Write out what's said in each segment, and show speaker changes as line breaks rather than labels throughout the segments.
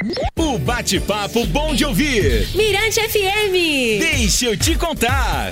O bate-papo bom de ouvir.
Mirante FM.
Deixa eu te contar.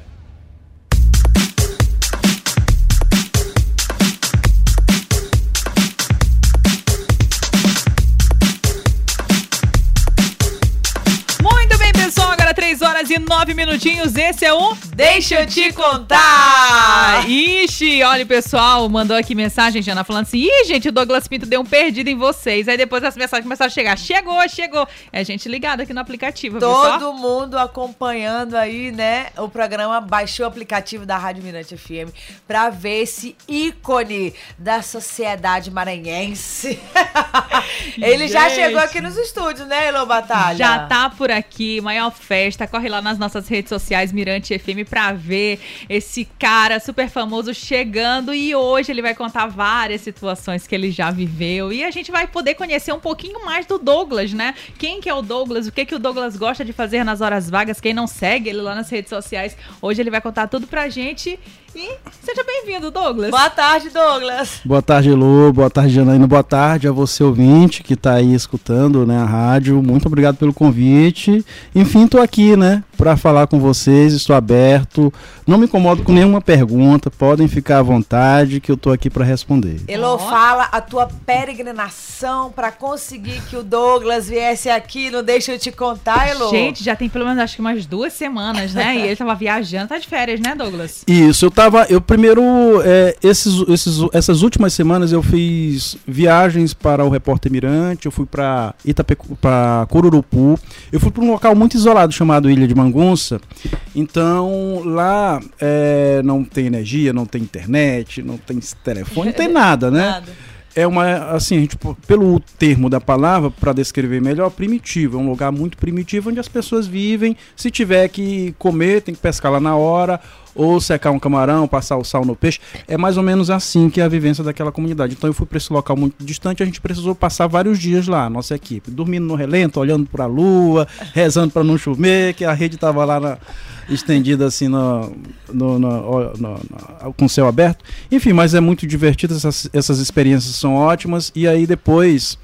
Muito bem, pessoal, agora 3h09. Esse é o Deixa eu te contar. Ixi, olha, o pessoal mandou aqui mensagem, Jana, falando assim: ih, gente, o Douglas Pinto deu um perdido em vocês. Aí depois as mensagens começaram a chegar. Chegou. É a gente ligada aqui no aplicativo.
Todo mundo acompanhando aí, né, o programa. Baixou o aplicativo da Rádio Mirante FM pra ver esse ícone da sociedade maranhense. Ele já chegou aqui nos estúdios, né, Elô Batalha?
Já tá por aqui, maior festa. Corre lá nas nossas redes sociais, Mirante FM, pra ver esse cara super famoso chegando. E hoje ele vai contar várias situações que ele já viveu. E a gente vai poder conhecer um pouquinho mais do Douglas, né? Quem que é o Douglas? O que o Douglas gosta de fazer nas horas vagas? Quem não segue ele lá nas redes sociais, hoje ele vai contar tudo pra gente. E seja bem-vindo, Douglas.
Boa tarde, Douglas.
Boa tarde, Lu. Boa tarde, Janaína. Boa tarde a você, ouvinte, que tá aí escutando, né, a rádio. Muito obrigado pelo convite. Enfim, tô aqui, né, para falar com vocês. Estou aberto. Não me incomodo com nenhuma pergunta. Podem ficar à vontade, que eu tô aqui para responder.
Elô, fala a tua peregrinação para conseguir que o Douglas viesse aqui. Não deixa eu te contar, Elô.
Gente, já tem pelo menos acho que umas 2 semanas, né? E ele tava viajando. Tá de férias, né, Douglas?
Isso, eu primeiro, essas últimas semanas eu fiz viagens para o Repórter Mirante, eu fui para Cururupu, eu fui para um local muito isolado chamado Ilha de Mangunça. Então lá não tem energia, não tem internet, não tem telefone, não tem nada, né?
Nada.
É uma, assim, a gente, pelo termo da palavra, para descrever melhor, primitivo. É um lugar muito primitivo onde as pessoas vivem. Se tiver que comer, tem que pescar lá na hora, ou secar um camarão, passar o sal no peixe. É mais ou menos assim que é a vivência daquela comunidade. Então eu fui para esse local muito distante, a gente precisou passar vários dias lá, nossa equipe. Dormindo no relento, olhando para a lua, rezando para não chover, que a rede estava lá estendida assim com o céu aberto. Enfim, mas é muito divertido, essas experiências são ótimas. E aí depois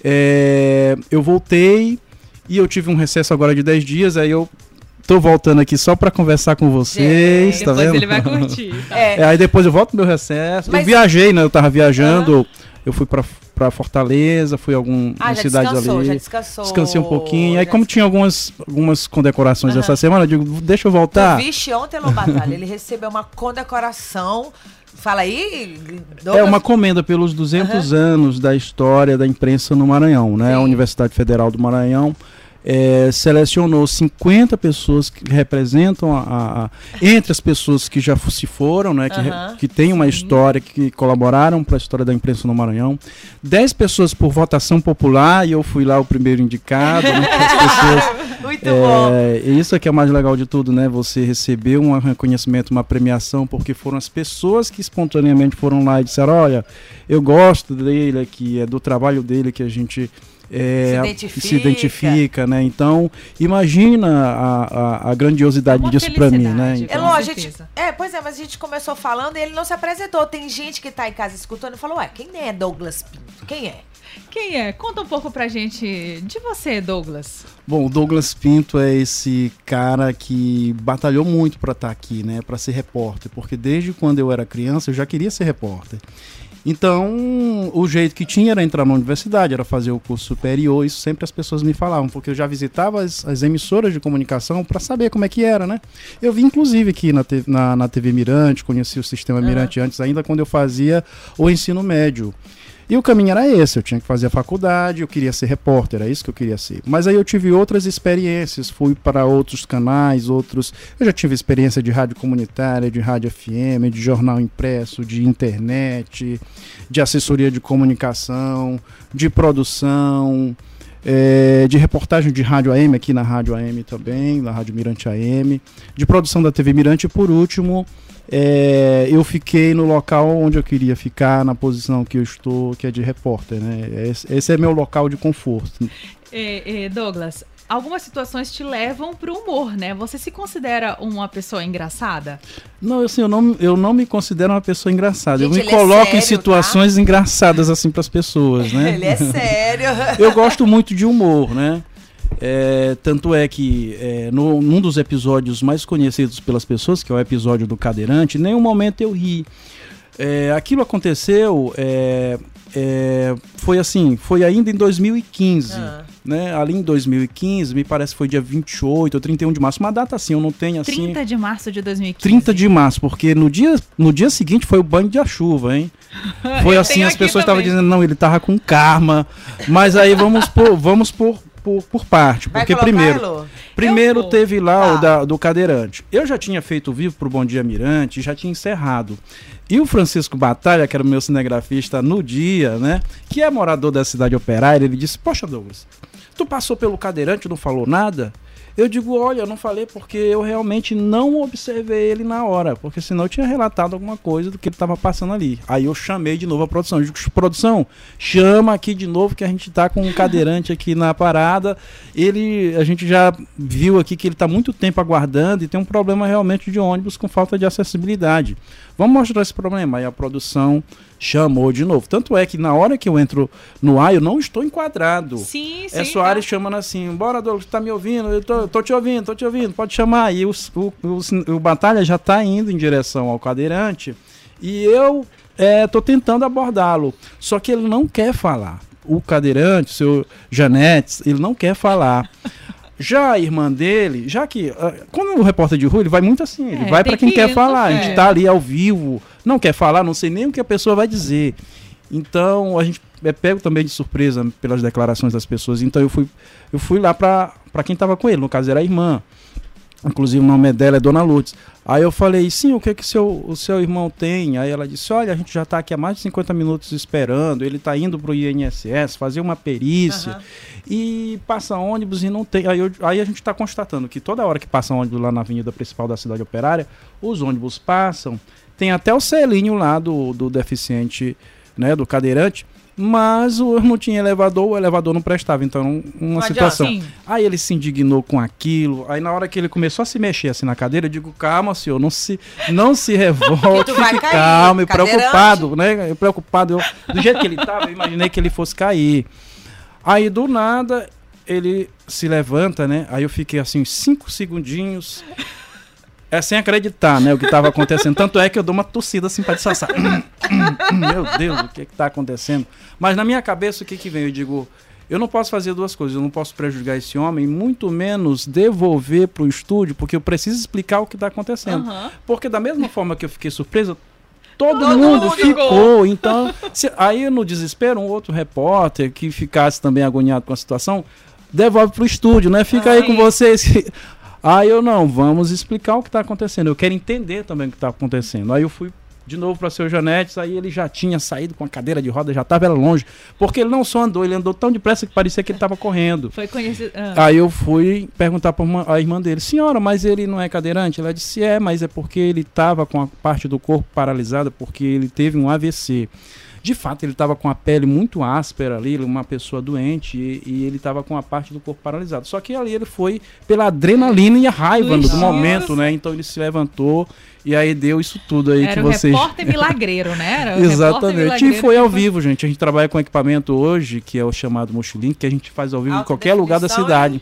eu voltei e eu tive um recesso agora de 10 dias, aí eu tô voltando aqui só pra conversar com vocês, tá vendo?
Depois ele vai curtir. Tá?
Aí depois eu volto pro meu recesso. Mas... eu viajei, né? Eu tava viajando, eu fui pra Fortaleza, fui a algumas cidades ali.
Já descansou.
Descansei um pouquinho. Aí como tinha algumas condecorações essa semana, eu digo, deixa eu voltar.
Tu viste ontem, Elô Batalha, ele recebeu uma condecoração. Fala aí, Douglas.
É uma comenda pelos 200 anos da história da imprensa no Maranhão, né? Sim. A Universidade Federal do Maranhão selecionou 50 pessoas que representam entre as pessoas que já se foram, né, que tem uma história, que colaboraram para a história da imprensa no Maranhão, 10 pessoas por votação popular, e eu fui lá o primeiro indicado, né, as pessoas,
muito bom.
Isso é que é o mais legal de tudo, né, você receber um reconhecimento, uma premiação, porque foram as pessoas que espontaneamente foram lá e disseram, olha, eu gosto dele aqui, do trabalho dele que a gente se identifica, né? Então, imagina a grandiosidade disso pra mim, né?
Então, mas a gente começou falando e ele não se apresentou. Tem gente que tá em casa escutando e falou, quem é Douglas Pinto? Quem é?
Quem é? Conta um pouco pra gente de você, Douglas.
Bom, o Douglas Pinto é esse cara que batalhou muito pra estar aqui, né? Pra ser repórter, porque desde quando eu era criança eu já queria ser repórter. Então, o jeito que tinha era entrar na universidade, era fazer o curso superior, isso sempre as pessoas me falavam, porque eu já visitava as emissoras de comunicação para saber como é que era, né? Eu vi, inclusive, aqui na TV Mirante, conheci o Sistema Mirante antes, ainda quando eu fazia o ensino médio. E o caminho era esse, eu tinha que fazer a faculdade, eu queria ser repórter, era isso que eu queria ser. Mas aí eu tive outras experiências, fui para outros canais, eu já tive experiência de rádio comunitária, de rádio FM, de jornal impresso, de internet, de assessoria de comunicação, de produção, de reportagem de rádio AM, aqui na rádio AM também, na rádio Mirante AM, de produção da TV Mirante e, por último, eu fiquei no local onde eu queria ficar, na posição que eu estou, que é de repórter, né? Esse é meu local de conforto.
Douglas, algumas situações te levam pro humor, né? Você se considera uma pessoa engraçada?
Não, assim, eu não me considero uma pessoa engraçada.
Gente,
eu me
ele é
coloco
sério,
em situações engraçadas, assim, pras pessoas, né?
Ele é sério.
Eu gosto muito de humor, né? Tanto é que num dos episódios mais conhecidos pelas pessoas, que é o episódio do cadeirante, em nenhum momento eu ri. Aquilo aconteceu, foi ainda em 2015, né? Ali em 2015, me parece que foi dia 28 ou 31 de março, uma data assim, eu não tenho assim...
30 de março de 2015.
30 de março, porque no dia seguinte foi o banho de chuva, hein? Foi assim, as pessoas estavam dizendo, não, ele tava com karma, mas aí vamos por parte, porque primeiro teve lá o do cadeirante. Eu já tinha feito o vivo pro Bom Dia Mirante, já tinha encerrado. E o Francisco Batalha, que era o meu cinegrafista no dia, né, que é morador da cidade operária, ele disse, poxa Douglas, tu passou pelo cadeirante e não falou nada? Eu digo, olha, eu não falei porque eu realmente não observei ele na hora, porque senão eu tinha relatado alguma coisa do que ele estava passando ali. Aí eu chamei de novo a produção. Eu digo, produção, chama aqui de novo que a gente está com um cadeirante aqui na parada. A gente já viu aqui que ele está muito tempo aguardando e tem um problema realmente de ônibus com falta de acessibilidade. Vamos mostrar esse problema. Aí a produção chamou de novo. Tanto é que na hora que eu entro no ar, eu não estou enquadrado.
Sim,
Soares chamando assim, bora Douglas, tá me ouvindo? Eu tô te ouvindo, pode chamar. E o Batalha já tá indo em direção ao cadeirante e eu tô tentando abordá-lo. Só que ele não quer falar. O cadeirante, o seu Janetes, ele não quer falar. Já a irmã dele, já que quando o repórter de rua, ele vai muito assim, ele vai para quem quer falar, a gente tá ali ao vivo, não quer falar, não sei nem o que a pessoa vai dizer. Então, a gente é pego também de surpresa pelas declarações das pessoas. Então, eu fui lá para quem tava com ele, no caso era a irmã. Inclusive o nome dela é Dona Lourdes. Aí eu falei, sim, o que o seu irmão tem? Aí ela disse, olha, a gente já está aqui há mais de 50 minutos esperando, ele está indo para o INSS fazer uma perícia e passa ônibus e não tem. Aí a gente está constatando que toda hora que passa ônibus lá na avenida principal da cidade operária, os ônibus passam, tem até o selinho lá do deficiente, né, do cadeirante, mas não tinha elevador, o elevador não prestava, então uma situação. Aí ele se indignou com aquilo, aí na hora que ele começou a se mexer assim na cadeira, eu digo, calma senhor, não se revolte, fique calmo, e preocupado, né, do jeito que ele estava, eu imaginei que ele fosse cair. Aí do nada, ele se levanta, né, aí eu fiquei assim 5 segundinhos, sem acreditar, né, o que estava acontecendo. Tanto é que eu dou uma tossida assim para disfarçar. Meu Deus, o que está acontecendo? Mas na minha cabeça, o que vem? Eu digo, eu não posso fazer duas coisas. Eu não posso prejudicar esse homem, muito menos devolver para o estúdio, porque eu preciso explicar o que está acontecendo. Porque da mesma forma que eu fiquei surpresa, todo mundo ficou. Então, aí no desespero, um outro repórter que ficasse também agoniado com a situação, devolve para o estúdio, né? Fica aí com vocês. Aí vamos explicar o que está acontecendo. Eu quero entender também o que está acontecendo. Aí eu fui de novo para o seu Janetes, aí ele já tinha saído com a cadeira de roda, já estava longe. Porque ele não só andou, ele andou tão depressa que parecia que ele estava correndo.
Foi conhecido.
Aí eu fui perguntar para a irmã dele, senhora, mas ele não é cadeirante? Ela disse, mas é porque ele estava com a parte do corpo paralisada, porque ele teve um AVC. De fato, ele estava com a pele muito áspera ali, uma pessoa doente, e ele estava com a parte do corpo paralisado. Só que ali ele foi pela adrenalina e a raiva do momento, né? Então ele se levantou e aí deu isso tudo aí que vocês...
Era o repórter milagreiro, né?
Exatamente. E foi ao vivo, gente. A gente trabalha com equipamento hoje, que é o chamado Mochilink, que a gente faz ao vivo em qualquer lugar da cidade.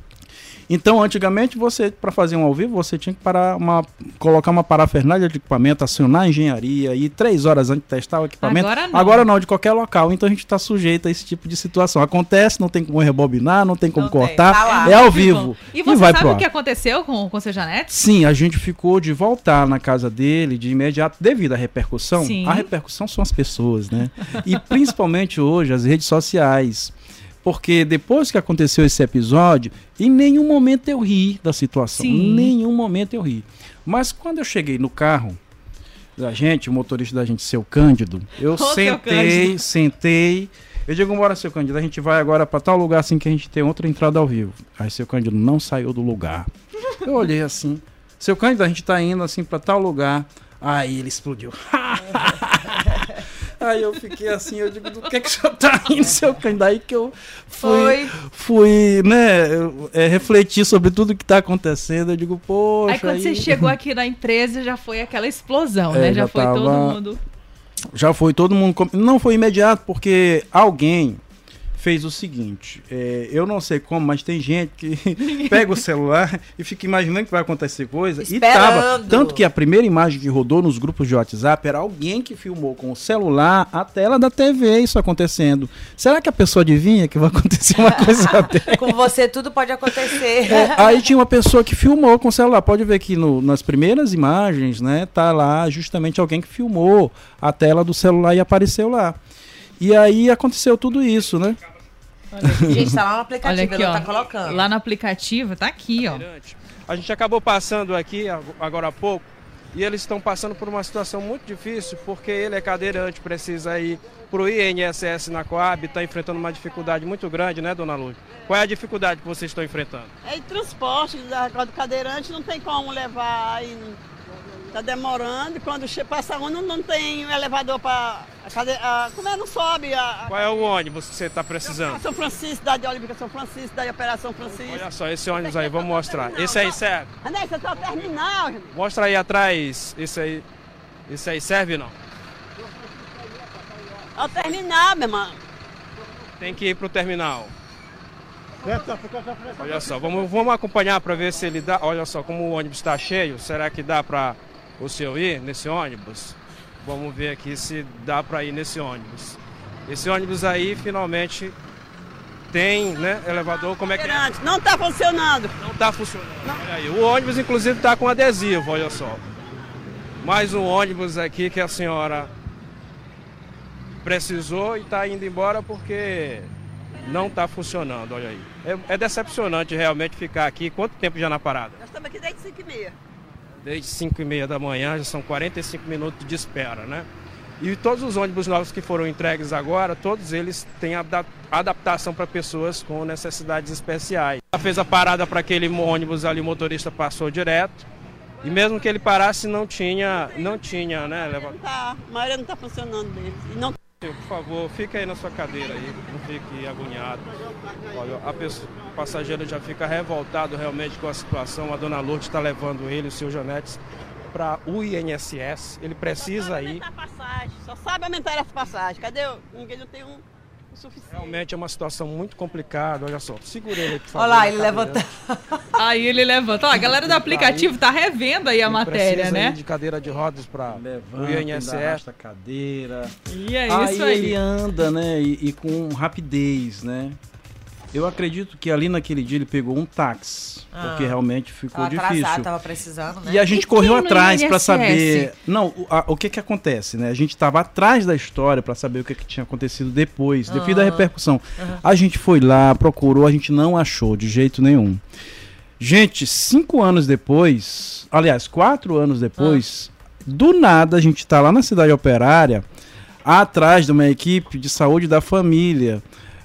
Então, antigamente, para fazer um ao vivo, você tinha que colocar uma parafernália de equipamento, acionar a engenharia e 3 horas antes de testar o equipamento.
Agora
não, de qualquer local. Então a gente está sujeito a esse tipo de situação. Acontece, não tem como rebobinar, não tem como cortar, é ao vivo.
E você sabe o que aconteceu com o seu Janete?
Sim, a gente ficou de voltar na casa dele de imediato, devido à repercussão.
Sim.
A repercussão são as pessoas, né? E principalmente hoje, as redes sociais. Porque depois que aconteceu esse episódio, em nenhum momento eu ri da situação. Em nenhum momento eu ri. Mas quando eu cheguei no carro da gente, o motorista da gente, seu Cândido, eu sentei. Eu digo, bora, seu Cândido, a gente vai agora para tal lugar assim que a gente tem outra entrada ao vivo. Aí seu Cândido não saiu do lugar. Eu olhei assim, seu Cândido, a gente tá indo assim para tal lugar. Aí ele explodiu. Aí eu fiquei assim, eu digo, do que o senhor tá rindo, seu cão? Daí que eu fui né, refletir sobre tudo que tá acontecendo. Eu digo, poxa.
Aí quando você chegou aqui na empresa, já foi aquela explosão, né? Já foi todo mundo.
Já foi todo mundo. Não foi imediato, porque alguém fez o seguinte, eu não sei como, mas tem gente que pega o celular e fica imaginando que vai acontecer coisa.
Esperando.
Tanto que a primeira imagem que rodou nos grupos de WhatsApp era alguém que filmou com o celular a tela da TV, isso acontecendo. Será que a pessoa adivinha que vai acontecer uma coisa dessa?
Com você tudo pode acontecer.
Aí tinha uma pessoa que filmou com o celular, pode ver que nas primeiras imagens, né, tá lá justamente alguém que filmou a tela do celular e apareceu lá. E aí aconteceu tudo isso, né?
Gente, tá lá no aplicativo,
olha aqui,
ela
ó,
tá colocando.
Lá no aplicativo, tá aqui, ó.
A gente acabou passando aqui agora há pouco e eles estão passando por uma situação muito difícil porque ele é cadeirante, precisa ir pro INSS na Coab, está enfrentando uma dificuldade muito grande, né, dona Lúcia? Qual é a dificuldade que vocês estão enfrentando?
É de transporte, do cadeirante não tem como levar aí. Tá demorando e quando passa um não tem elevador para como é, não sobe
Qual é o ônibus que você está precisando?
São Francisco, da de Olímpica São Francisco, da Operação Francisco.
Olha só, esse ônibus aí, vamos mostrar. Esse aí serve?
André, você tá terminal.
Mostra aí atrás, esse aí serve não?
É o terminal, meu irmão.
Tem que ir pro terminal. Olha só, vamos acompanhar para ver se ele dá. Olha só como o ônibus está cheio, será que dá para o senhor ir nesse ônibus? Vamos ver aqui se dá para ir nesse ônibus. Esse ônibus aí finalmente tem, né, elevador, como é que é?
Não está funcionando.
Não está funcionando. Olha aí, o ônibus inclusive está com adesivo, olha só. Mais um ônibus aqui que a senhora precisou e está indo embora porque não está funcionando, olha aí. É decepcionante realmente ficar aqui. Quanto tempo já na parada?
Nós estamos aqui desde 5h30.
Desde 5h30 da manhã, já são 45 minutos de espera, né? E todos os ônibus novos que foram entregues agora, todos eles têm adaptação para pessoas com necessidades especiais. Ela fez a parada para aquele ônibus ali, o motorista passou direto. E mesmo que ele parasse, não tinha, né, elevador?
A maioria não está funcionando deles. E não...
Por favor, fique aí na sua cadeira aí, não fique agoniado. Olha, o passageiro já fica revoltado realmente com a situação. A dona Lourdes está levando ele, o seu Janetes, para o INSS. Ele precisa ir.
Só sabe aumentar as passagens. Cadê? Ninguém não tem o suficiente.
Realmente é uma situação muito complicada. Olha só, segura ele, por favor.
Olha lá, ele levanta.
Aí ele levanta. Ó, a galera do aplicativo tá revendo aí a matéria, né?
Ir de cadeira de rodas para o INSS.
A cadeira.
E é isso aí.
Ele anda, né, e com rapidez, né? Eu acredito que ali naquele dia ele pegou um táxi, porque realmente ficou difícil.
Tava precisando, né?
E a gente correu atrás para saber. Não, o que acontece, né? A gente estava atrás da história para saber o que tinha acontecido depois, devido à repercussão. A gente foi lá, procurou, a gente não achou de jeito nenhum. Gente, 5 anos depois, aliás, 4 anos depois, do nada a gente tá lá na Cidade Operária, atrás de uma equipe de saúde da família,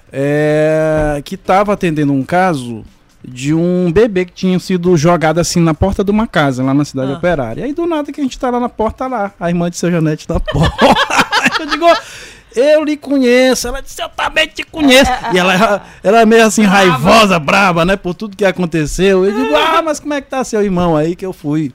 que estava atendendo um caso de um bebê que tinha sido jogado assim na porta de uma casa lá na Cidade Operária. E aí do nada que a gente tá lá na porta, lá a irmã de seu Janete na porta. Eu digo, eu lhe conheço. Ela disse, eu também te conheço. E ela é meio assim raivosa, brava, né, por tudo que aconteceu. Eu digo, mas como é que tá seu irmão aí? Que eu fui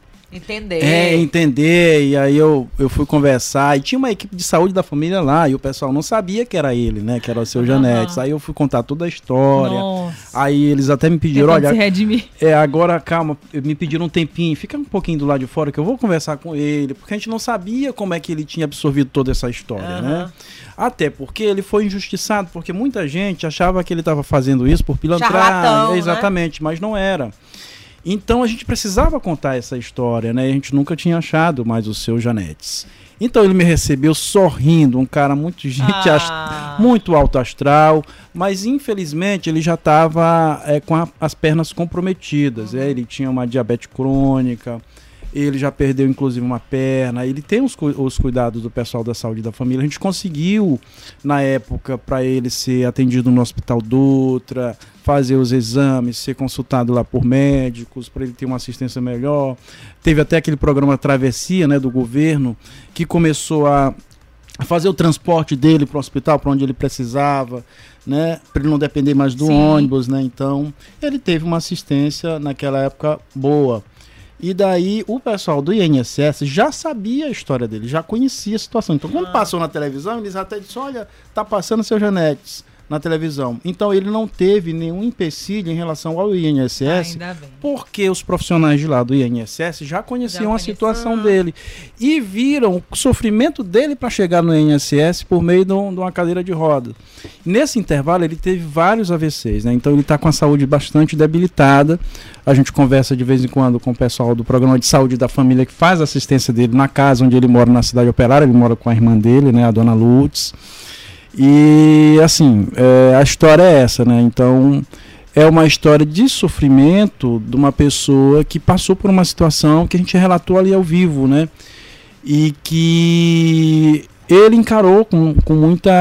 entender, e aí eu fui conversar, e tinha uma equipe de saúde da família lá, e o pessoal não sabia que era ele, né, que era o seu Janetes. Aí eu fui contar toda a história. Nossa. Aí eles até me pediram, olha, agora calma, me pediram um tempinho, fica um pouquinho do lado de fora que eu vou conversar com ele, porque a gente não sabia como é que ele tinha absorvido toda essa história, né? Até porque ele foi injustiçado, porque muita gente achava que ele estava fazendo isso por pilantragem, exatamente, né? Mas não era. Então a gente precisava contar essa história, né? A gente nunca tinha achado mais o seu Janetes. Então ele me recebeu sorrindo, um cara muito muito alto astral, mas infelizmente ele já estava com as pernas comprometidas. Ele tinha uma diabetes crônica, ele já perdeu inclusive uma perna, ele tem os cuidados do pessoal da saúde da família. A gente conseguiu, na época, para ele ser atendido no Hospital Dutra, fazer os exames, ser consultado lá por médicos, para ele ter uma assistência melhor. Teve até aquele programa Travessia, né, do governo, que começou a fazer o transporte dele para o hospital, para onde ele precisava, né, para ele não depender mais do ônibus, né? Então, ele teve uma assistência naquela época boa. E daí o pessoal do INSS já sabia a história dele, já conhecia a situação. Então, quando passou na televisão, eles até disseram, olha, tá passando seu Janetes na televisão. Então, ele não teve nenhum empecilho em relação ao INSS, porque os profissionais de lá do INSS já conheciam a situação dele e viram o sofrimento dele para chegar no INSS por meio de uma cadeira de roda. Nesse intervalo, ele teve vários AVCs, né? Então, ele está com a saúde bastante debilitada. A gente conversa de vez em quando com o pessoal do programa de saúde da família que faz assistência dele na casa onde ele mora, na cidade operária. Ele mora com a irmã dele, né, a dona Lutz. E assim, a história é essa, né? Então, é uma história de sofrimento de uma pessoa que passou por uma situação que a gente relatou ali ao vivo, né? E que ele encarou com muita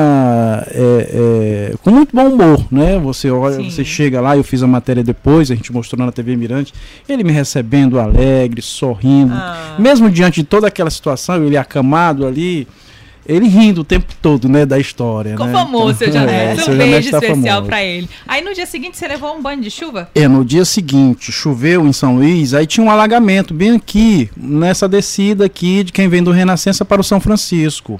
com muito bom humor, né? Você olha, você chega lá, eu fiz a matéria depois, a gente mostrou na TV Mirante, ele me recebendo alegre, sorrindo, mesmo diante de toda aquela situação, ele acamado ali, ele rindo o tempo todo, né, da história.
Ficou
né?
famoso, seu Janete. Um beijo especial
famoso
pra ele. Aí no dia seguinte você levou um banho de chuva?
No dia seguinte, choveu em São Luís, aí tinha um alagamento bem aqui, nessa descida aqui de quem vem do Renascença para o São Francisco.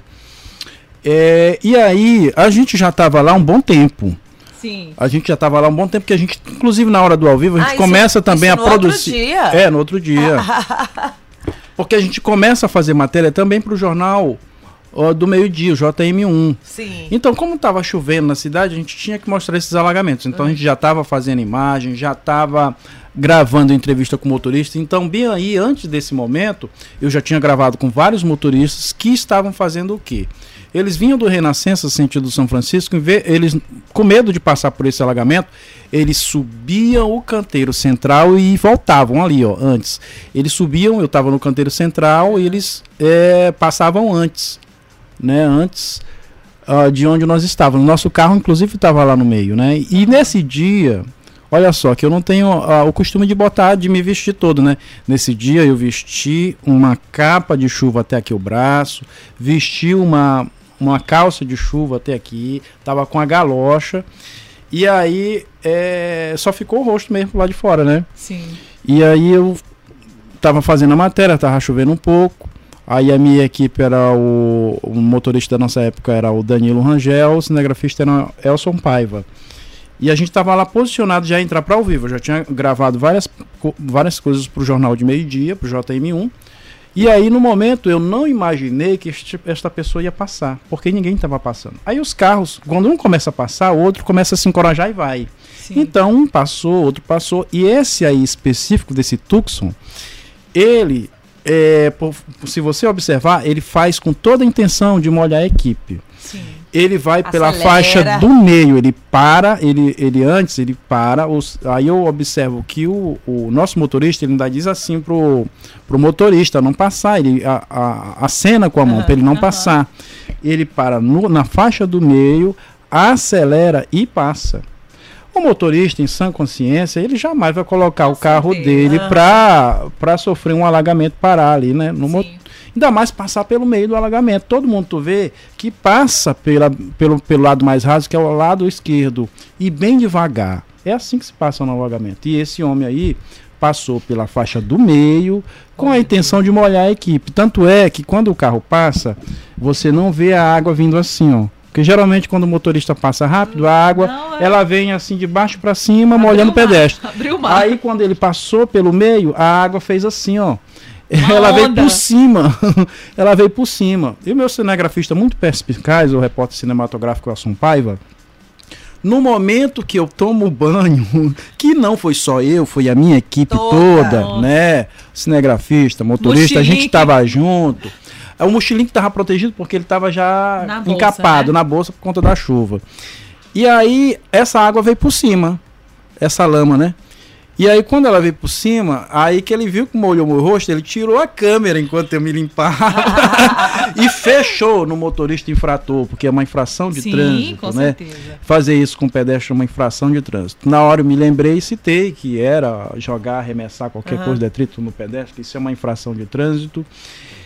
E aí, a gente já estava lá um bom tempo.
Sim.
A gente já estava lá um bom tempo, porque a gente, inclusive na hora do ao vivo, a gente começa também a produzir.
No outro dia?
No outro dia. Porque a gente começa a fazer matéria também para o jornal do meio-dia, o JM1.
Sim.
Então, como estava chovendo na cidade, a gente tinha que mostrar esses alagamentos. Então, a gente já estava fazendo imagem, já estava gravando entrevista com motorista. Então, bem aí, antes desse momento, eu já tinha gravado com vários motoristas que estavam fazendo o quê? Eles vinham do Renascença, sentido São Francisco, eles, com medo de passar por esse alagamento, eles subiam o canteiro central e voltavam ali, ó, antes. Eles subiam, eu estava no canteiro central, e eles passavam antes, né, antes de onde nós estávamos. Nosso carro, inclusive, estava lá no meio, né? E nesse dia, olha só, que eu não tenho o costume de me vestir todo, né? Nesse dia eu vesti uma capa de chuva até aqui o braço, vesti uma calça de chuva até aqui, tava com a galocha, e aí só ficou o rosto mesmo lá de fora, né?
Sim.
E aí eu tava fazendo a matéria, tava chovendo um pouco, aí a minha equipe era o motorista da nossa época era o Danilo Rangel, o cinegrafista era o Elson Paiva. E a gente estava lá posicionado já a entrar para ao vivo. Eu já tinha gravado várias coisas para o Jornal de Meio-Dia, para o JM1. E aí, no momento, eu não imaginei que esta pessoa ia passar, porque ninguém estava passando. Aí os carros, quando um começa a passar, o outro começa a se encorajar e vai. Sim. Então, um passou, outro passou. E esse aí, específico desse Tucson, ele, se você observar, ele faz com toda a intenção de molhar a equipe. Sim. Ele vai pela faixa do meio, ele para, ele antes, ele para, aí eu observo que o nosso motorista, ele ainda diz assim pro motorista não passar, ele acena com a mão para ele não passar. Ele para na faixa do meio, acelera e passa. O motorista, em sã consciência, ele jamais vai colocar o carro dele para sofrer um alagamento, parar ali, né? Ainda mais passar pelo meio do alagamento. Todo mundo tu vê que passa pelo lado mais raso, que é o lado esquerdo, e bem devagar. É assim que se passa no alagamento. E esse homem aí passou pela faixa do meio com a intenção de molhar a equipe. Tanto é que quando o carro passa, você não vê a água vindo assim, ó. Porque geralmente quando o motorista passa rápido, a água ela vem assim de baixo para cima, molhando o pedestre. Aí quando ele passou pelo meio, a água fez assim, ó. Ela veio por cima. Ela veio por cima. E o meu cinegrafista muito perspicaz, o repórter cinematográfico Elson Paiva, no momento que eu tomo banho, que não foi só eu, foi a minha equipe toda, né? Cinegrafista, motorista, a gente tava junto. O mochilinho que tava protegido porque ele tava já encapado, né? Na bolsa por conta da chuva. E aí essa água veio por cima, essa lama, né? E aí quando ela veio por cima, aí que ele viu que molhou meu rosto, ele tirou a câmera enquanto eu me limpava e fechou no motorista infrator, porque é uma infração de trânsito, com né? Certeza. Fazer isso com o pedestre é uma infração de trânsito. Na hora eu me lembrei e citei que era jogar, arremessar qualquer coisa, detrito no pedestre, que isso é uma infração de trânsito.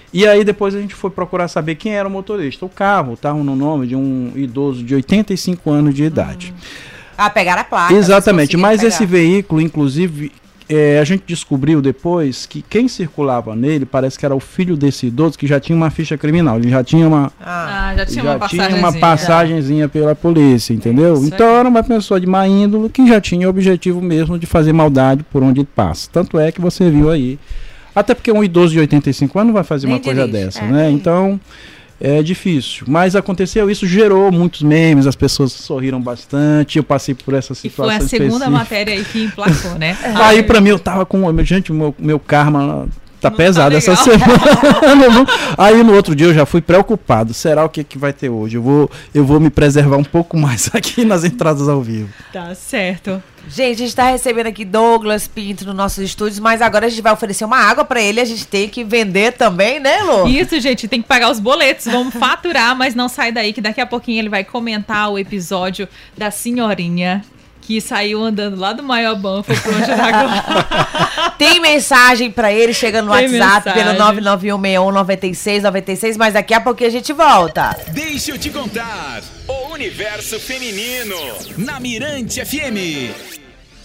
E aí depois a gente foi procurar saber quem era o motorista. O carro estava no nome de um idoso de 85 anos de idade.
Pegaram a placa.
Exatamente, mas esse veículo, inclusive, a gente descobriu depois que quem circulava nele parece que era o filho desse idoso que já tinha uma ficha criminal. Ele já tinha uma, uma passagenzinha pela polícia, entendeu? Então era uma pessoa de má índole que já tinha o objetivo mesmo de fazer maldade por onde passa. Tanto é que você viu aí. Até porque um idoso de 85 anos não vai fazer uma coisa dessa, né? Então é difícil. Mas aconteceu isso, gerou muitos memes, as pessoas sorriram bastante. Eu passei por essa situação.
E foi a segunda matéria aí que emplacou, né?
Aí pra mim eu tava com. Gente, meu karma tá pesado essa semana. Aí no outro dia eu já fui preocupado. Será o que vai ter hoje? Eu vou me preservar um pouco mais aqui nas entradas ao vivo.
Tá certo.
Gente, a gente tá recebendo aqui Douglas Pinto nos nossos estúdios, mas agora a gente vai oferecer uma água pra ele, a gente tem que vender também, né, Lu?
Isso, gente, tem que pagar os boletos, vamos faturar, mas não sai daí que daqui a pouquinho ele vai comentar o episódio da senhorinha que saiu andando lá do Maiobã, foi pro Anjo da Glória.
Tem mensagem pra ele, chega no WhatsApp pelo 991619696, mas daqui a pouquinho a gente volta.
Deixa eu te contar, o universo feminino, na Mirante FM.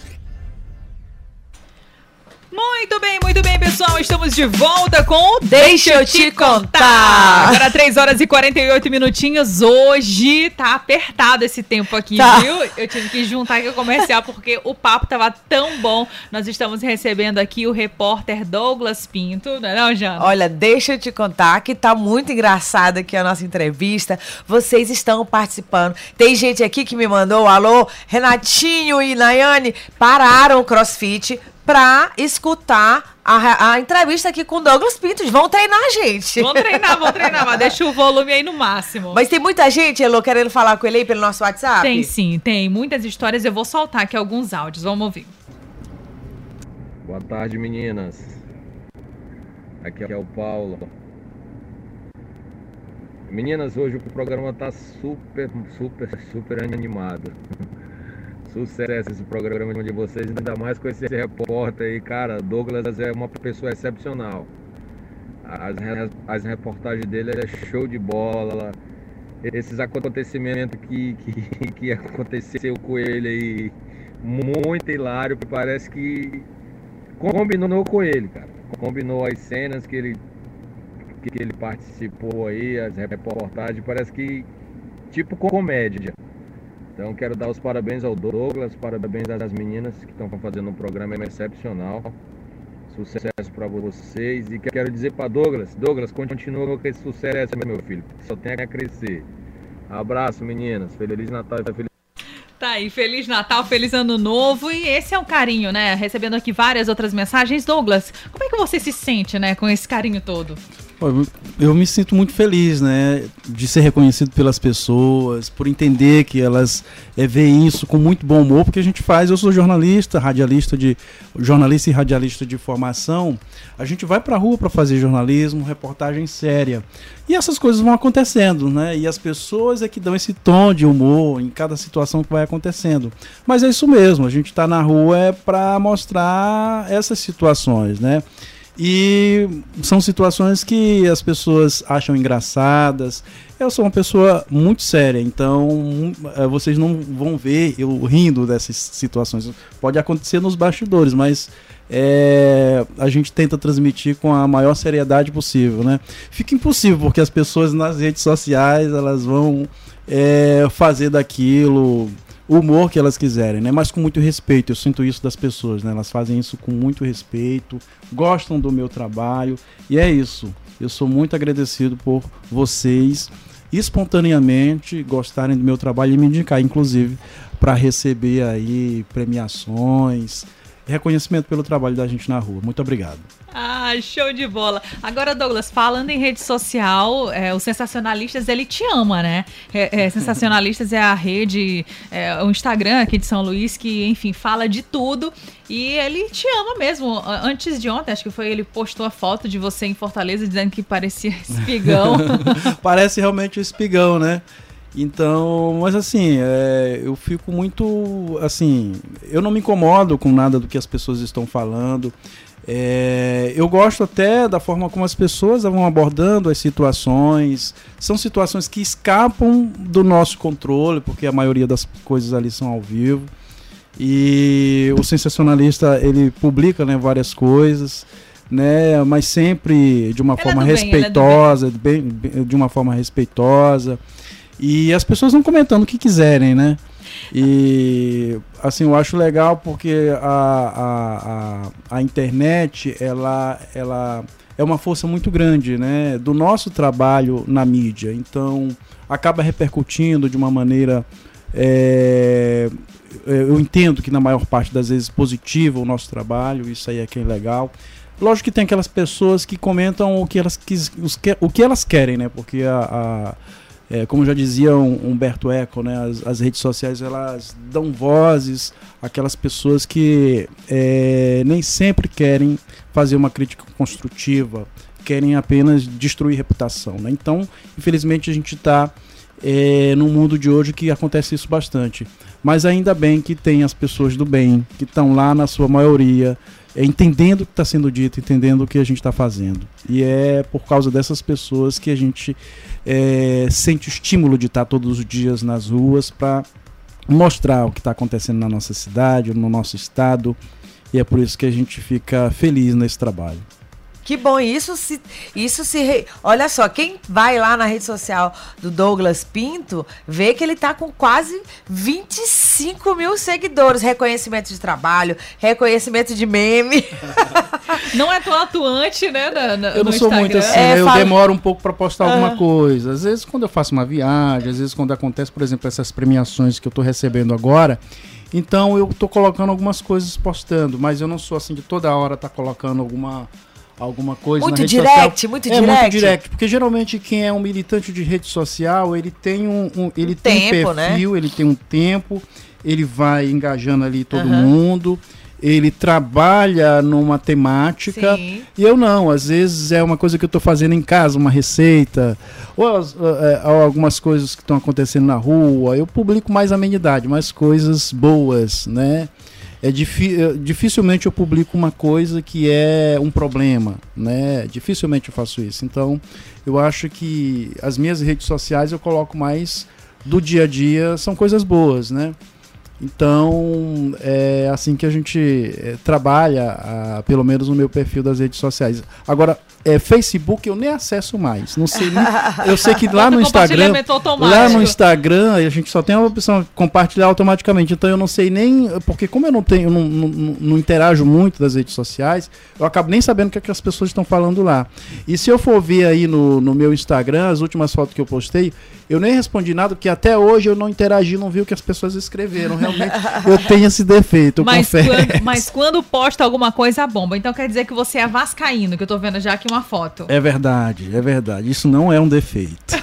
Muito bem, pessoal. Estamos de volta com o
Deixa eu te contar.
Agora 3 horas e 48 minutinhos. Hoje tá apertado esse tempo aqui, viu? Eu tive que juntar aqui o comercial porque o papo tava tão bom. Nós estamos recebendo aqui o repórter Douglas Pinto, não é não, Jana?
Olha, deixa eu te contar que tá muito engraçada aqui a nossa entrevista. Vocês estão participando. Tem gente aqui que me mandou, alô, Renatinho e Nayane pararam o CrossFit pra escutar a entrevista aqui com o Douglas Pinto. Vão treinar, gente.
Vão treinar, mas deixa o volume aí no máximo.
Mas tem muita gente, Elô, querendo falar com ele aí pelo nosso WhatsApp?
Tem sim, tem muitas histórias. Eu vou soltar aqui alguns áudios, vamos ouvir.
Boa tarde, meninas. Aqui é o Paulo. Meninas, hoje o programa tá super animado. Sucesso esse programa de vocês, ainda mais com esse repórter aí, cara. Douglas é uma pessoa excepcional. As reportagens dele é show de bola. Esses acontecimentos que aconteceu com ele aí, muito hilário, parece que combinou com ele, cara. Combinou as cenas que ele participou aí, as reportagens, parece que tipo comédia. Então quero dar os parabéns ao Douglas, parabéns às meninas que estão fazendo um programa excepcional. Sucesso para vocês. E quero dizer para Douglas, continua com esse sucesso, meu filho. Só tem a crescer. Abraço, meninas. Feliz Natal e feliz...
Tá aí, Feliz Natal, Feliz Ano Novo. E esse é um carinho, né? Recebendo aqui várias outras mensagens. Douglas, como é que você se sente, né, com esse carinho todo?
Eu me sinto muito feliz, né, de ser reconhecido pelas pessoas, por entender que elas veem isso com muito bom humor, porque a gente faz, eu sou jornalista e radialista de formação, a gente vai pra rua para fazer jornalismo, reportagem séria, e essas coisas vão acontecendo, né, e as pessoas é que dão esse tom de humor em cada situação que vai acontecendo, mas é isso mesmo, a gente tá na rua para mostrar essas situações, né. E são situações que as pessoas acham engraçadas. Eu sou uma pessoa muito séria, então vocês não vão ver eu rindo dessas situações. Pode acontecer nos bastidores, mas a gente tenta transmitir com a maior seriedade possível, né? Fica impossível, porque as pessoas nas redes sociais elas vão fazer daquilo o humor que elas quiserem, né? Mas com muito respeito. Eu sinto isso das pessoas, né? Elas fazem isso com muito respeito, gostam do meu trabalho, e é isso. Eu sou muito agradecido por vocês espontaneamente gostarem do meu trabalho e me indicar, inclusive, para receber aí premiações, reconhecimento pelo trabalho da gente na rua. Muito obrigado.
Ah, show de bola. Agora, Douglas, falando em rede social, o Sensacionalistas, ele te ama, né? Sensacionalistas é a rede, o Instagram aqui de São Luís, que, enfim, fala de tudo. E ele te ama mesmo. Antes de ontem, acho que foi, ele postou a foto de você em Fortaleza, dizendo que parecia espigão.
Parece realmente o espigão, né? Então, mas assim, eu fico muito, assim, eu não me incomodo com nada do que as pessoas estão falando. Eu gosto até da forma como as pessoas vão abordando as situações. São situações que escapam do nosso controle, porque a maioria das coisas ali são ao vivo. E o sensacionalista, ele publica, né, várias coisas, né, mas sempre de uma forma respeitosa, de uma forma respeitosa. E as pessoas vão comentando o que quiserem, né? E assim, eu acho legal porque a internet ela é uma força muito grande, né, do nosso trabalho na mídia. Então acaba repercutindo de uma maneira, eu entendo que na maior parte das vezes positiva o nosso trabalho. Isso aí é que é legal. Lógico que tem aquelas pessoas que comentam o que elas querem, né? Porque como já dizia Humberto Eco, né, as redes sociais, elas dão vozes àquelas pessoas que nem sempre querem fazer uma crítica construtiva, querem apenas destruir reputação, né? Então, infelizmente, a gente está num mundo de hoje que acontece isso bastante. Mas ainda bem que tem as pessoas do bem, que estão lá na sua maioria, entendendo o que está sendo dito, entendendo o que a gente está fazendo. E é por causa dessas pessoas que a gente sente o estímulo de estar todos os dias nas ruas para mostrar o que está acontecendo na nossa cidade, no nosso estado. E é por isso que a gente fica feliz nesse trabalho.
Que bom, olha só, quem vai lá na rede social do Douglas Pinto, vê que ele tá com quase 25 mil seguidores, reconhecimento de trabalho, reconhecimento de meme.
Não é tão atuante, né,
eu não sou Instagram. Muito assim, eu demoro um pouco para postar alguma coisa, às vezes quando eu faço uma viagem, às vezes quando acontece, por exemplo, essas premiações que eu tô recebendo agora. Então eu tô colocando algumas coisas, postando, mas eu não sou assim de toda hora tá colocando alguma coisa
muito
na rede
direct,
social.
Muito direct.
Muito direct, porque geralmente quem é um militante de rede social, ele tem um perfil, né? Ele tem um tempo, ele vai engajando ali todo mundo, ele trabalha numa temática. Sim. E eu não, às vezes é uma coisa que eu estou fazendo em casa, uma receita, ou algumas coisas que estão acontecendo na rua. Eu publico mais amenidade, mais coisas boas, né? Dificilmente eu publico uma coisa que é um problema, né? Dificilmente eu faço isso. Então, eu acho que as minhas redes sociais eu coloco mais do dia a dia, são coisas boas, né? Então, é assim que a gente trabalha, pelo menos no meu perfil das redes sociais. Agora, Facebook eu nem acesso mais. Não sei nem, eu sei que lá no Instagram, a gente só tem a opção de compartilhar automaticamente. Então eu não sei nem, porque como eu não interajo muito das redes sociais, eu acabo nem sabendo o que as pessoas estão falando lá. E se eu for ver aí no meu Instagram, as últimas fotos que eu postei, eu nem respondi nada, porque até hoje eu não interagi, não vi o que as pessoas escreveram. Realmente eu tenho esse defeito, eu confesso.
Mas quando posta alguma coisa, bomba. Então quer dizer que você é vascaíno, que eu tô vendo já aqui uma foto.
É verdade. Isso não é um defeito.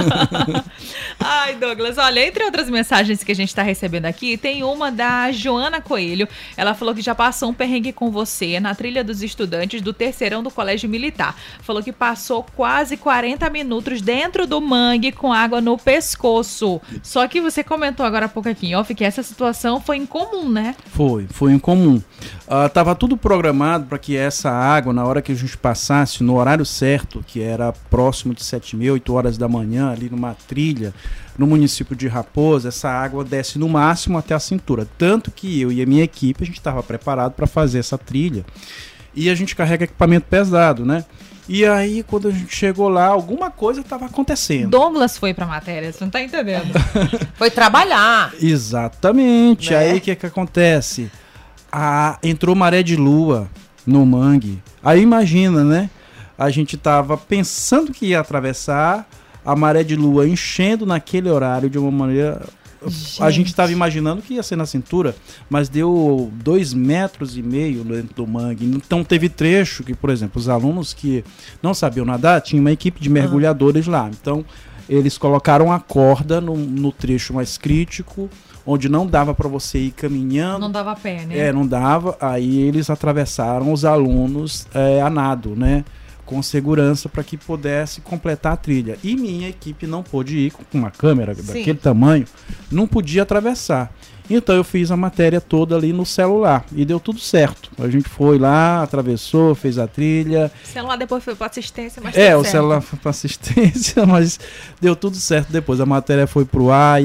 Ai, Douglas, olha, entre outras mensagens que a gente tá recebendo aqui, tem uma da Joana Coelho. Ela falou que já passou um perrengue com você na trilha dos estudantes do terceirão do Colégio Militar. Falou que passou quase 40 minutos dentro do mangue com água no pescoço. Só que você comentou agora há pouco aqui em off que essa situação foi incomum, né?
Foi incomum. Tava tudo programado para que essa água, na hora que a gente passasse, no horário certo, que era próximo de 7h30, 8 horas da manhã, ali numa trilha, no município de Raposa, essa água desce no máximo até a cintura. Tanto que eu e a minha equipe, a gente estava preparado para fazer essa trilha. E a gente carrega equipamento pesado, né? E aí, quando a gente chegou lá, alguma coisa estava acontecendo.
Douglas foi pra matéria, você não tá entendendo.
Foi trabalhar.
Exatamente. Né? Aí, o que acontece? Entrou maré de lua no mangue. Aí, imagina, né? A gente tava pensando que ia atravessar, a maré de lua enchendo naquele horário de uma maneira... Gente. A gente estava imaginando que ia ser na cintura, mas deu 2,5 metros dentro do mangue. Então teve trecho que, por exemplo, os alunos que não sabiam nadar, tinha uma equipe de mergulhadores lá. Então eles colocaram a corda no trecho mais crítico, onde não dava para você ir caminhando.
Não dava pé, né?
Não dava. Aí eles atravessaram os alunos a nado, né? com segurança para que pudesse completar a trilha. E minha equipe não pôde ir com uma câmera daquele tamanho, não podia atravessar. Então eu fiz a matéria toda ali no celular e deu tudo certo. A gente foi lá, atravessou, fez a trilha.
O celular depois foi para assistência, mas
o celular foi para assistência, mas deu tudo certo depois. A matéria foi pro ar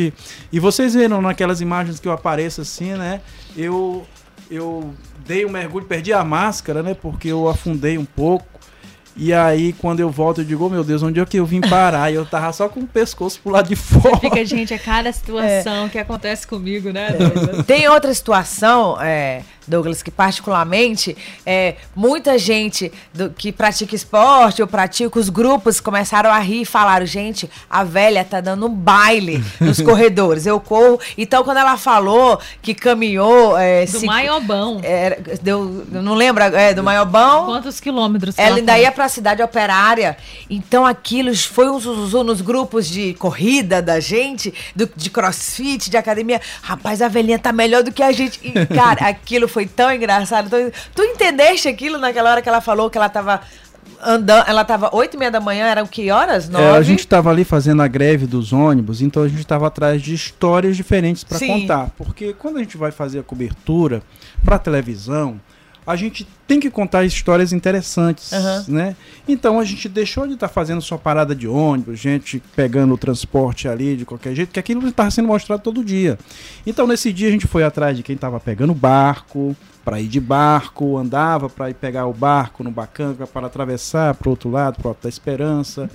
e vocês viram naquelas imagens que eu apareço assim, né? Eu dei um mergulho, perdi a máscara, né? Porque eu afundei um pouco. E aí, quando eu volto, eu digo, meu Deus, onde é que eu vim parar? E eu tava só com o pescoço pro lado de fora.
Fica, gente, é cada situação que acontece comigo, né?
Tem outra situação, Douglas, que particularmente muita gente que pratica esporte ou pratica os grupos começaram a rir e falaram, gente, a velha tá dando um baile nos corredores, eu corro. Então, quando ela falou que caminhou...
do Maiobão.
Eu não lembro, do Maiobão.
Quantos quilômetros?
Ela ainda ia pra cidade operária. Então, aquilo foi um zuzu nos grupos de corrida da gente, de crossfit, de academia. Rapaz, a velhinha tá melhor do que a gente. E, cara, aquilo foi tão engraçado. Tu entendeste aquilo naquela hora que ela falou que ela tava andando? Ela tava 8h30 da manhã, eram que horas? 9?
A gente tava ali fazendo a greve dos ônibus, então a gente tava atrás de histórias diferentes para contar. Porque quando a gente vai fazer a cobertura pra televisão, a gente tem que contar histórias interessantes, né? Então a gente deixou de estar fazendo só parada de ônibus, gente pegando o transporte ali de qualquer jeito, que aquilo estava sendo mostrado todo dia. Então nesse dia a gente foi atrás de quem estava pegando barco, para ir de barco, andava para ir pegar o barco no Bacanga para atravessar para o outro lado, para o Alto da Esperança.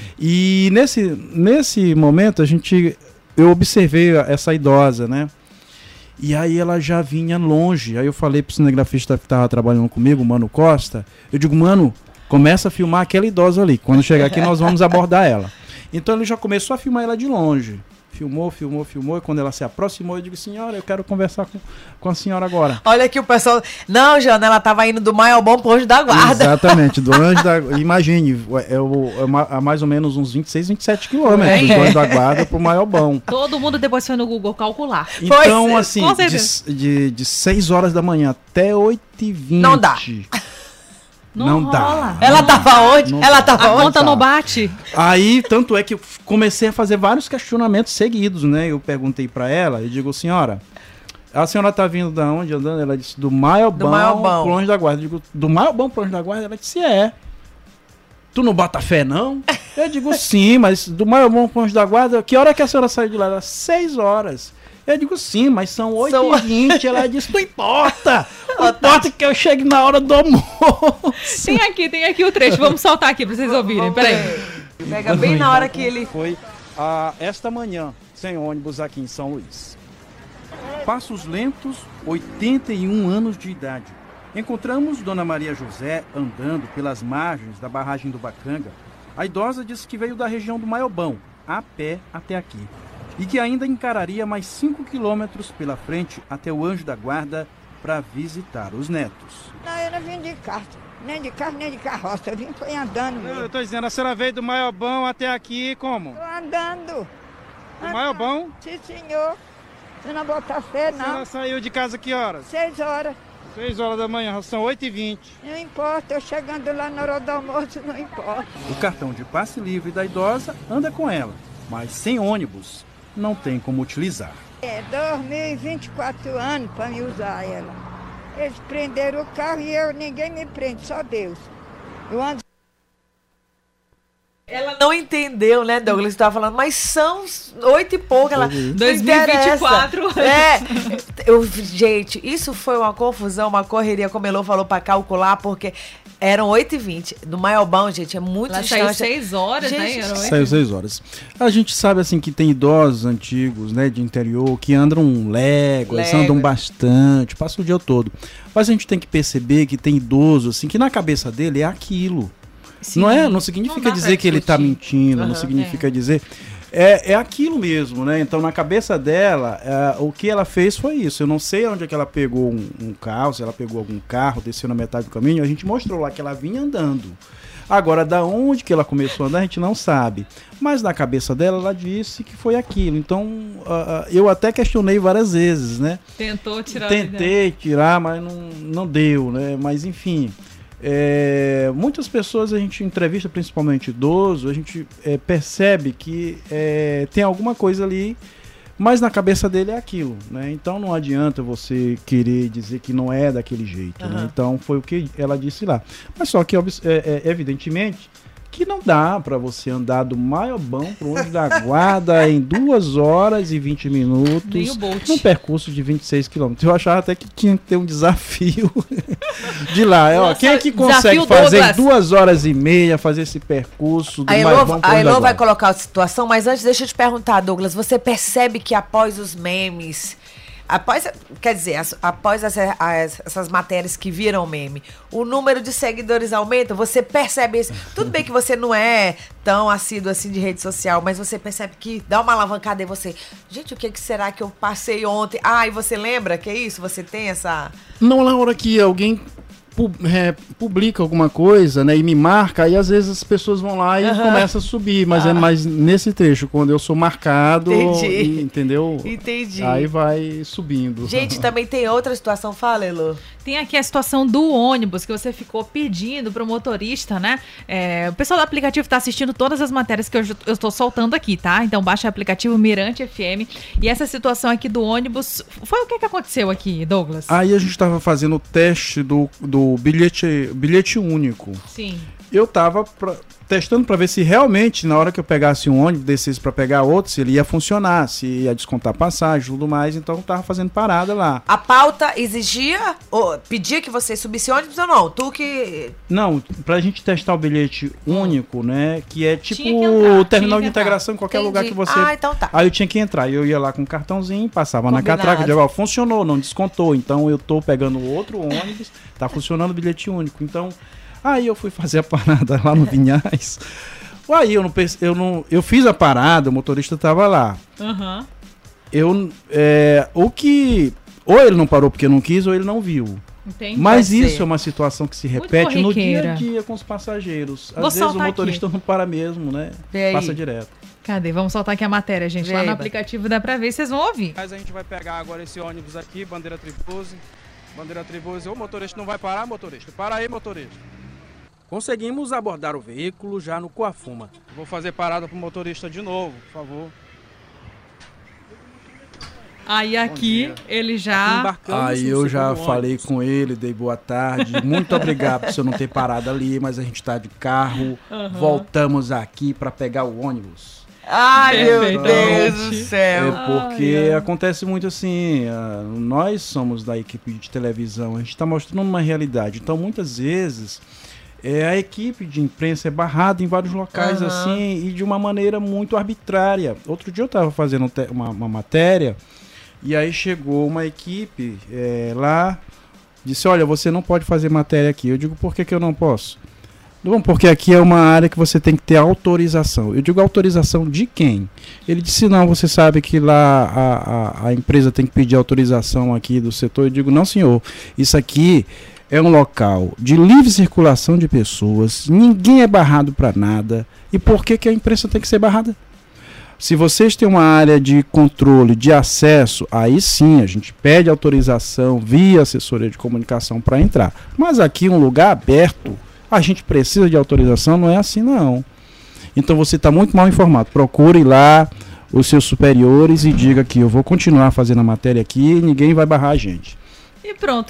E nesse momento eu observei essa idosa, né? E aí ela já vinha longe. Aí eu falei pro cinegrafista que tava trabalhando comigo, o Mano Costa, eu digo, Mano, começa a filmar aquela idosa ali. Quando chegar aqui nós vamos abordar ela. Então ele já começou a filmar ela de longe. Filmou. E quando ela se aproximou, eu digo, senhora, eu quero conversar com a senhora agora.
Olha aqui o pessoal... Não, Jana, ela tava indo do Maiobão pro Anjo da Guarda.
Exatamente, do Anjo da... Imagine, é mais ou menos uns 26, 27 quilômetros do Anjo da Guarda pro Maiobão.
Todo mundo depois foi no Google calcular.
Então, assim, de 6 horas da manhã até 8h20...
Não dá.
Não dá.
Ela tava onde?
A conta não bate.
Aí, tanto é que eu comecei a fazer vários questionamentos seguidos, né? Eu perguntei pra ela, eu digo, senhora, a senhora tá vindo da onde andando? Ela disse, do Maiobão pro Anjo da Guarda. Eu digo, do Maiobão pro Anjo da Guarda? Ela disse, Tu não bota fé, não? Eu digo, sim, mas do Maiobão pro Anjo da Guarda, que hora que a senhora saiu de lá? Ela, 6 horas. Eu digo, sim, mas são 8h20. Ela disse, não importa. Não importa que eu chegue na hora do almoço.
Tem aqui o trecho. Vamos soltar aqui pra vocês ouvirem. Peraí.
Pega bem na hora que ele...
Foi esta manhã, sem ônibus aqui em São Luís. Passos lentos, 81 anos de idade. Encontramos Dona Maria José andando pelas margens da barragem do Bacanga. A idosa disse que veio da região do Maiobão, a pé até aqui. E que ainda encararia mais 5 quilômetros pela frente até o Anjo da Guarda para visitar os netos.
Não, eu não vim de carro, nem de carroça, eu vim foi andando mesmo.
Eu tô dizendo, a senhora veio do Maiobão até aqui como?
Tô andando.
Do Maiobão?
Sim, senhor. Você não bota fé, não.
A senhora saiu de casa que horas?
6 horas.
6 horas da manhã, são 8h20.
Não importa, eu chegando lá na hora do almoço, não importa.
O cartão de passe livre da idosa anda com ela, mas sem ônibus. Não tem como utilizar.
2024 anos para me usar ela. Eles prenderam o carro e ninguém me prende, só Deus. Eu ando...
Ela não entendeu, né, Douglas, que tava falando, mas são 8 e pouco, ela
2024.
Gente, isso foi uma confusão, uma correria, como o Elô falou, pra calcular, porque eram 8h20. Do Maiobão, gente, é muito distante.
Ela saiu 6 horas, gente, né?
Saiu 6 horas. A gente sabe, assim, que tem idosos antigos, né, de interior, que andam léguas, andam bastante, passam o dia todo. Mas a gente tem que perceber que tem idoso, assim, que na cabeça dele é aquilo. Sim. Não significa dizer que ele está mentindo, não significa dizer... É aquilo mesmo, né? Então, na cabeça dela, o que ela fez foi isso. Eu não sei onde é que ela pegou um carro, se ela pegou algum carro, desceu na metade do caminho. A gente mostrou lá que ela vinha andando. Agora, da onde que ela começou a andar, a gente não sabe. Mas na cabeça dela, ela disse que foi aquilo. Então, eu até questionei várias vezes, né?
Tentou tirar.
Tentei tirar, mas não deu, né? Mas, enfim... Muitas pessoas a gente entrevista, principalmente idoso, a gente percebe que tem alguma coisa ali, mas na cabeça dele é aquilo, né? Então não adianta você querer dizer que não é daquele jeito, né? Então foi o que ela disse lá. Mas só que evidentemente que não dá para você andar do Maiobão pro ônibus da Guarda em 2 horas e 20 minutos num percurso de 26 quilômetros. Eu achava até que tinha que ter um desafio de lá. Nossa, quem é que consegue fazer em 2 horas e meia, fazer esse percurso do Maiobão pro ônibus da Guarda?
A Elô vai colocar a situação, mas antes deixa eu te perguntar, Douglas, você percebe que após os memes... Após essas matérias que viram meme, o número de seguidores aumenta? Você percebe isso? Tudo bem que você não é tão assíduo assim de rede social, mas você percebe que dá uma alavancada em você. Gente, o que será que eu passei ontem? E você lembra que é isso? Você tem essa...
Não, na hora que alguém publica alguma coisa, né, e me marca, aí às vezes as pessoas vão lá e começam a subir, mas é mais nesse trecho, quando eu sou marcado, entendeu?
Entendi.
Aí vai subindo.
Gente, também tem outra situação, fala, Elô.
Tem aqui a situação do ônibus, que você ficou pedindo pro motorista, né? O pessoal do aplicativo tá assistindo todas as matérias que eu estou soltando aqui, tá? Então baixa o aplicativo Mirante FM. E essa situação aqui do ônibus, foi o que aconteceu aqui, Douglas?
Aí a gente tava fazendo o teste do bilhete único.
Sim.
Eu tava testando para ver se realmente, na hora que eu pegasse um ônibus, descesse para pegar outro, se ele ia funcionar, se ia descontar passagem e tudo mais. Então eu tava fazendo parada lá.
A pauta exigia, ou pedia que você subisse ônibus ou não?
Não, pra gente testar o bilhete único, né, que é tipo o terminal de integração em qualquer lugar que você...
então tá.
Aí eu tinha que entrar, eu ia lá com um cartãozinho, passava na catraca, eu dizia, funcionou, não descontou, então eu tô pegando outro ônibus, tá funcionando o bilhete único, então... Aí eu fui fazer a parada lá no Vinhais. Aí eu fiz a parada, o motorista tava lá. Ou ele não parou porque não quis, ou ele não viu.
Entendi.
Mas isso é uma situação que se repete no dia a dia com os passageiros. Às vezes o motorista não para mesmo, né? Passa direto.
Cadê? Vamos soltar aqui a matéria, gente. Lá no aplicativo dá pra ver, vocês vão ouvir.
Mas a gente vai pegar agora esse ônibus aqui, bandeira Tribuse. Bandeira Tribuse, o motorista não vai parar, motorista. Para aí, motorista. Conseguimos abordar o veículo já no Coafuma. Vou fazer parada pro motorista de novo, por favor.
Aí aqui ele já...
Aí eu já falei com ele, dei boa tarde. Muito obrigado por você não ter parado ali, mas a gente tá de carro. Voltamos aqui para pegar o ônibus.
Ai, meu Deus do céu.
Porque acontece muito assim, nós somos da equipe de televisão, a gente tá mostrando uma realidade. Então muitas vezes... a equipe de imprensa é barrada em vários locais assim e de uma maneira muito arbitrária. Outro dia eu estava fazendo uma matéria e aí chegou uma equipe lá, disse, olha, você não pode fazer matéria aqui. Eu digo, por que eu não posso? Não, porque aqui é uma área que você tem que ter autorização. Eu digo, autorização de quem? Ele disse, não, você sabe que lá a empresa tem que pedir autorização aqui do setor. Eu digo, não, senhor, isso aqui... é um local de livre circulação de pessoas, ninguém é barrado para nada. E por que a imprensa tem que ser barrada? Se vocês têm uma área de controle, de acesso, aí sim a gente pede autorização via assessoria de comunicação para entrar. Mas aqui um lugar aberto, a gente precisa de autorização, não é assim não. Então você está muito mal informado. Procure lá os seus superiores e diga que eu vou continuar fazendo a matéria aqui e ninguém vai barrar a gente.
E pronto,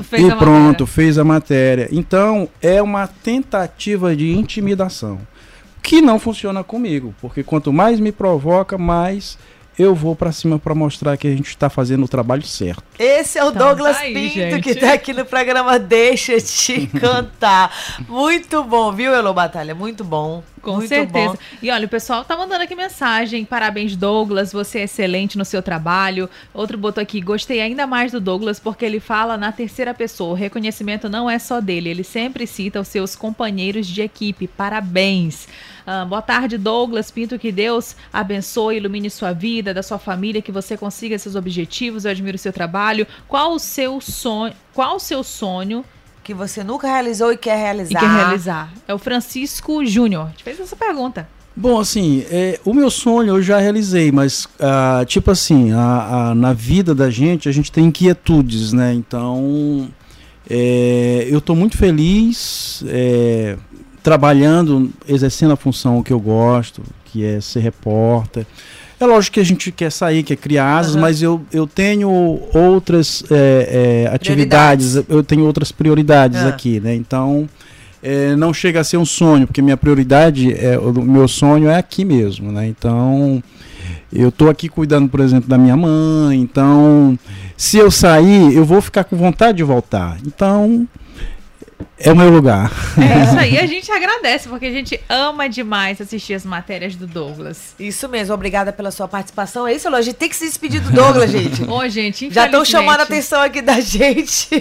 fez
a matéria. Então, é uma tentativa de intimidação, que não funciona comigo, porque quanto mais me provoca, mais eu vou pra cima pra mostrar que a gente tá fazendo o trabalho certo.
Esse é o Douglas Pinto, gente, que tá aqui no programa Deixa Te Cantar. Muito bom, viu, Elô Batalha? Muito bom.
Com
muito
certeza.
Bom.
E olha, o pessoal tá mandando aqui mensagem. Parabéns, Douglas. Você é excelente no seu trabalho. Outro botou aqui, gostei ainda mais do Douglas porque ele fala na terceira pessoa. O reconhecimento não é só dele. Ele sempre cita os seus companheiros de equipe. Parabéns. Boa tarde, Douglas Pinto. Que Deus abençoe, ilumine sua vida, da sua família, que você consiga seus objetivos. Eu admiro o seu trabalho. Qual o seu sonho
que você nunca realizou e quer realizar?
É o Francisco Júnior. Te fez essa pergunta.
Bom, assim, o meu sonho eu já realizei, mas, tipo assim, na vida da gente, a gente tem inquietudes, né? Então, Eu estou muito feliz trabalhando, exercendo a função que eu gosto, que é ser repórter. É lógico que a gente quer sair, quer criar asas, mas eu tenho outras atividades, eu tenho outras prioridades aqui, né? Então, não chega a ser um sonho, porque minha prioridade, o meu sonho é aqui mesmo, né? Então, eu estou aqui cuidando, por exemplo, da minha mãe. Então, se eu sair, eu vou ficar com vontade de voltar. Então, é o meu lugar.
É isso aí, a gente agradece, porque a gente ama demais assistir as matérias do Douglas.
Isso mesmo, obrigada pela sua participação. É isso, Elô, a gente tem que se despedir do Douglas, gente.
Ô, gente,
já estão chamando a atenção aqui da gente.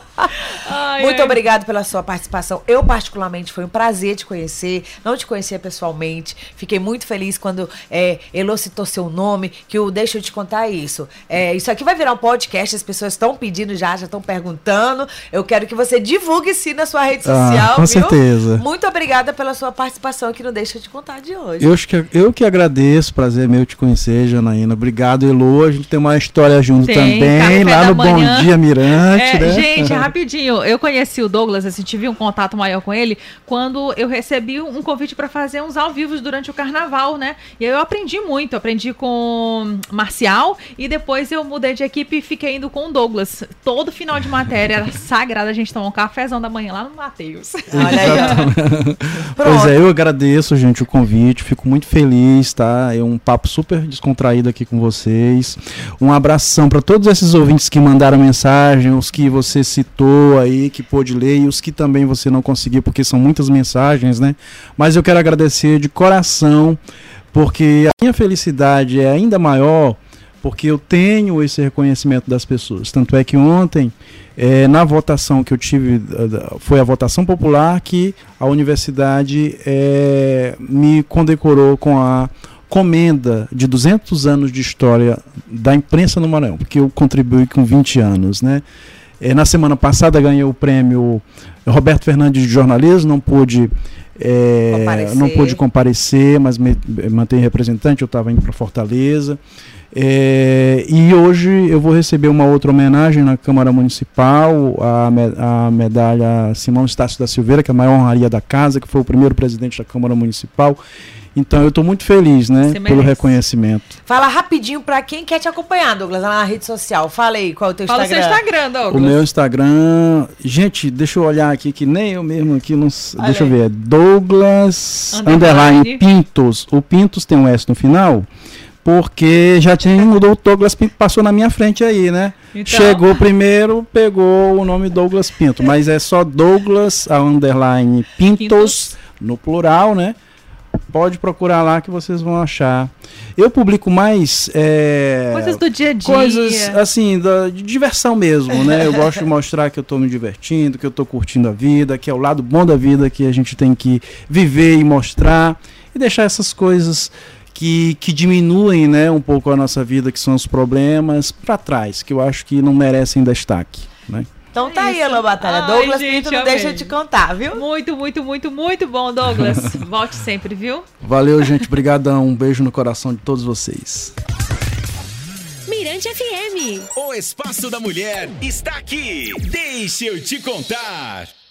Muito obrigado pela sua participação. Eu, particularmente, foi um prazer te conhecer, não te conhecia pessoalmente. Fiquei muito feliz quando Elô citou seu nome, que deixa eu te contar isso. Isso aqui vai virar um podcast, as pessoas estão pedindo já estão perguntando. Eu quero que você divulgue sim na sua rede social,
com certeza.
Muito obrigada pela sua participação aqui no Deixa Eu Te Contar de hoje.
Eu que agradeço, prazer meu te conhecer, Janaína. Obrigado, Elô. A gente tem uma história junto também, lá no Bom Dia Mirante, né?
Gente, rapidinho, eu conheci o Douglas, assim, tive um contato maior com ele quando eu recebi um convite para fazer uns ao vivo durante o carnaval, né? E aí eu aprendi muito, aprendi com Marcial e depois eu mudei de equipe e fiquei indo com o Douglas. Todo final de matéria era sagrado a gente tomar um cafezão da manhã lá no Mateus.
Olha aí.
Pois eu agradeço, gente, o convite, fico muito feliz, tá? É um papo super descontraído aqui com vocês. Um abração para todos esses ouvintes que mandaram mensagem, os que você citou aí, que pôde ler, e os que também você não conseguiu, porque são muitas mensagens, né? Mas eu quero agradecer de coração, porque a minha felicidade é ainda maior, porque eu tenho esse reconhecimento das pessoas. Tanto é que ontem, na votação que eu tive, foi a votação popular, que a universidade me condecorou com a comenda de 200 anos de história da imprensa no Maranhão, porque eu contribuí com 20 anos, né? Na semana passada ganhei o prêmio Roberto Fernandes de jornalismo, não pude comparecer, mas me mantenho representante, eu estava indo para Fortaleza. E hoje eu vou receber uma outra homenagem na Câmara Municipal, a medalha Simão Estácio da Silveira, que é a maior honraria da casa, que foi o primeiro presidente da Câmara Municipal. Então eu estou muito feliz, né, pelo reconhecimento.
Fala rapidinho para quem quer te acompanhar, Douglas, lá na rede social. Fala aí, qual é o teu Instagram?
Fala o seu Instagram, Douglas.
O meu Instagram, gente, deixa eu olhar aqui, que nem eu mesmo aqui, não, deixa eu ver, Douglas _ Pintos. O Pintos tem um S no final, porque já tinha o Douglas Pinto, passou na minha frente aí, né? Então... Chegou primeiro, pegou o nome Douglas Pinto, mas é só Douglas _ Pintos, no plural, né? Pode procurar lá que vocês vão achar. Eu publico mais
coisas do dia a dia,
coisas assim de diversão mesmo, né? Eu gosto de mostrar que eu estou me divertindo, que eu estou curtindo a vida, que é o lado bom da vida que a gente tem que viver e mostrar e deixar essas coisas que diminuem, né, um pouco a nossa vida, que são os problemas, para trás, que eu acho que não merecem destaque, né?
Então tá aí, Elô Batalha. Douglas Pinto, não deixa eu te contar, viu?
Muito, muito, muito, muito bom, Douglas. Volte sempre, viu?
Valeu, gente. Brigadão. Um beijo no coração de todos vocês.
Mirante FM. O Espaço da Mulher está aqui. Deixa eu te contar.